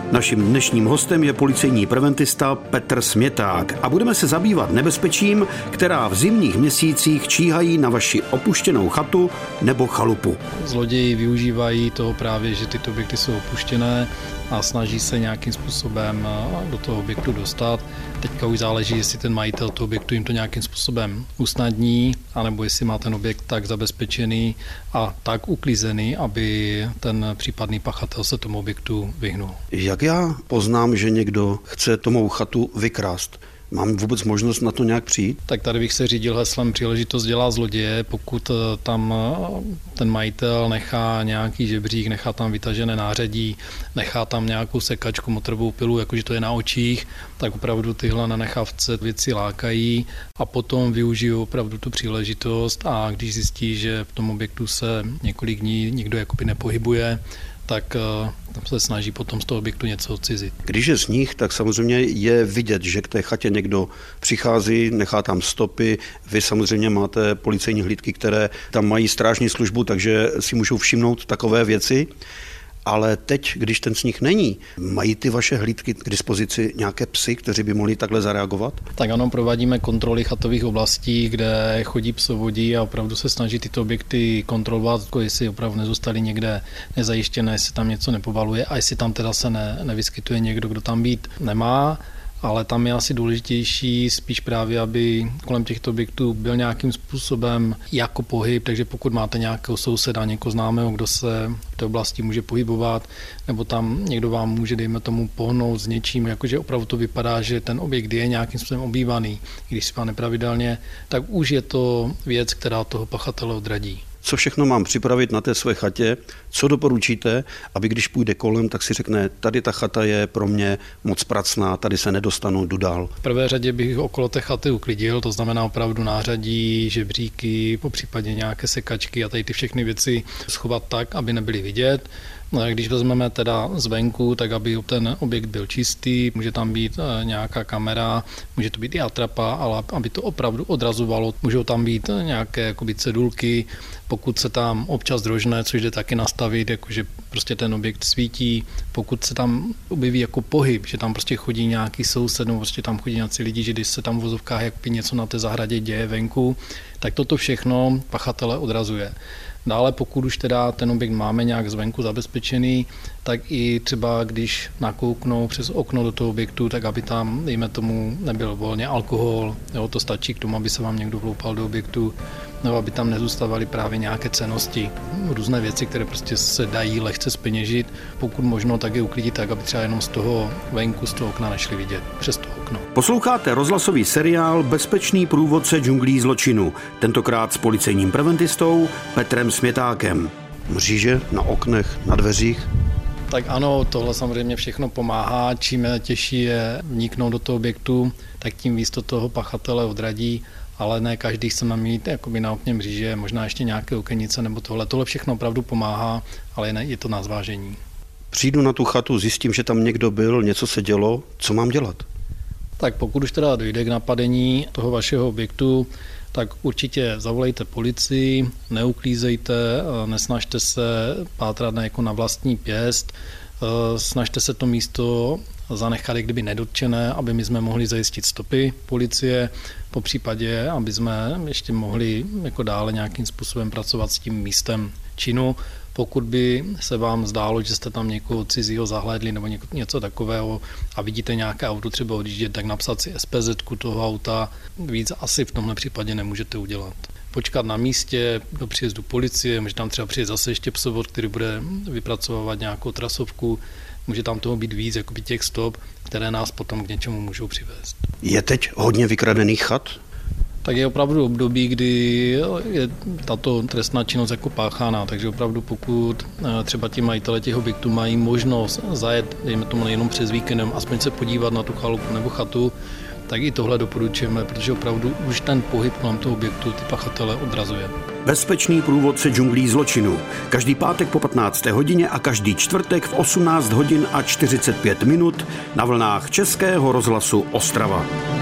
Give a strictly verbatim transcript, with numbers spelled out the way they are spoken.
Naším dnešním hostem je policejní preventista Petr Směták a budeme se zabývat nebezpečím, která v zimních měsících číhají na vaši opuštěnou chatu nebo chalupu. Zloději využívají toho právě, že tyto objekty jsou opuštěné a snaží se nějakým způsobem do toho objektu dostat. Teďka už záleží, jestli ten majitel toho objektu jim to nějakým způsobem usnadní, anebo jestli má ten objekt tak zabezpečený a tak uklízený, aby ten případný pachatel se tomu objektu vyhnul. Jak já poznám, že někdo chce tomu chatu vykrást? Mám vůbec možnost na to nějak přijít? Tak tady bych se řídil heslem příležitost dělá zloděje. Pokud tam ten majitel nechá nějaký žebřík, nechá tam vytažené nářadí, nechá tam nějakou sekačku, motorovou pilu, jakože to je na očích, tak opravdu tyhle nenechavce věci lákají a potom využijí opravdu tu příležitost a když zjistí, že v tom objektu se několik dní nikdo jakoby nepohybuje, tak tam se snaží potom z toho objektu něco odcizit. Když je sníh, tak samozřejmě je vidět, že k té chatě někdo přichází, nechá tam stopy. Vy samozřejmě máte policejní hlídky, které tam mají strážní službu, takže si můžou všimnout takové věci. Ale teď, když ten sníh není, mají ty vaše hlídky k dispozici nějaké psy, kteří by mohli takhle zareagovat? Tak ano, provádíme kontroly chatových oblastí, kde chodí psovodí a opravdu se snaží tyto objekty kontrolovat, jestli opravdu nezůstaly někde nezajištěné, jestli tam něco nepovaluje a jestli tam teda se ne, nevyskytuje někdo, kdo tam být nemá. Ale tam je asi důležitější spíš právě, aby kolem těchto objektů byl nějakým způsobem jako pohyb, takže pokud máte nějakého souseda, někoho známého, kdo se v té oblasti může pohybovat, nebo tam někdo vám může, dejme tomu, pohnout s něčím, jakože opravdu to vypadá, že ten objekt je nějakým způsobem obývaný, i když spá nepravidelně, tak už je to věc, která toho pachatele odradí. Co všechno mám připravit na té své chatě, co doporučíte, aby když půjde kolem, tak si řekne, tady ta chata je pro mě moc pracná, tady se nedostanu, jdu dál. V prvé řadě bych okolo té chaty uklidil, to znamená opravdu nářadí, žebříky, popřípadě nějaké sekačky a tady ty všechny věci schovat tak, aby nebyly vidět. Když vezmeme teda zvenku, tak aby ten objekt byl čistý, může tam být nějaká kamera, může to být i atrapa, ale aby to opravdu odrazovalo, můžou tam být nějaké jakoby cedulky, pokud se tam občas drožne, což jde taky nastavit, jakože prostě ten objekt svítí, pokud se tam objeví jako pohyb, že tam prostě chodí nějaký soused, nebo prostě tam chodí nějací lidi, že když se tam v vozovkách jakoby něco na té zahradě děje venku, tak toto všechno pachatele odrazuje. Dále pokud už teda ten objekt máme nějak zvenku zabezpečený, tak i třeba když nakouknou přes okno do toho objektu, tak aby tam, dejme tomu, nebyl volně alkohol, jo, to stačí k tomu, aby se vám někdo vloupal do objektu, nebo aby tam nezůstávaly právě nějaké cennosti, různé věci, které prostě se dají lehce zpeněžit. Pokud možno, tak je uklidit tak, aby třeba jenom z toho venku, z toho okna nešli vidět, přes to okno. Posloucháte rozhlasový seriál Bezpečný průvodce džunglí zločinu, tentokrát s policejním preventistou Petrem Smětákem. Mříže na oknech, na dveřích. Tak ano, tohle samozřejmě všechno pomáhá. Čím těžší je vniknout do toho objektu, tak tím víc to toho pachatele odradí, ale ne každý chce mít jakoby na okně mříže, možná ještě nějaké okenice nebo tohle. Tohle všechno opravdu pomáhá, ale je to na zvážení. Přijdu na tu chatu, zjistím, že tam někdo byl, něco se dělo, co mám dělat? Tak pokud už teda dojde k napadení toho vašeho objektu, tak určitě zavolejte policii, neuklízejte, nesnažte se pátrat na, jako na vlastní pěst, snažte se to místo zanechat jak kdyby nedotčené, aby my jsme mohli zajistit stopy policie, po případě, aby jsme ještě mohli jako dále nějakým způsobem pracovat s tím místem činu. Pokud by se vám zdálo, že jste tam někoho cizího zahlédli nebo něco takového a vidíte nějaké auto třeba odjíždět, tak napsat si es pé zetku toho auta. Víc asi v tomhle případě nemůžete udělat. Počkat na místě do příjezdu policie, může tam třeba přijet zase ještě psovod, který bude vypracovávat nějakou trasovku, může tam toho být víc, jakoby těch stop, které nás potom k něčemu můžou přivést. Je teď hodně vykradených chat? Tak je opravdu období, kdy je tato trestná činnost jako páchána, takže opravdu pokud třeba ti majitele těch objektů mají možnost zajet, dejme tomu nejenom přes víkendem, aspoň se podívat na tu chalupu nebo chatu, tak i tohle doporučujeme, protože opravdu už ten pohyb kolem toho objektu ty pachatele odrazuje. Bezpečný průvodce džunglí zločinu. Každý pátek po patnácté hodině a každý čtvrtek v osmnáct hodin a čtyřicet pět minut na vlnách Českého rozhlasu Ostrava.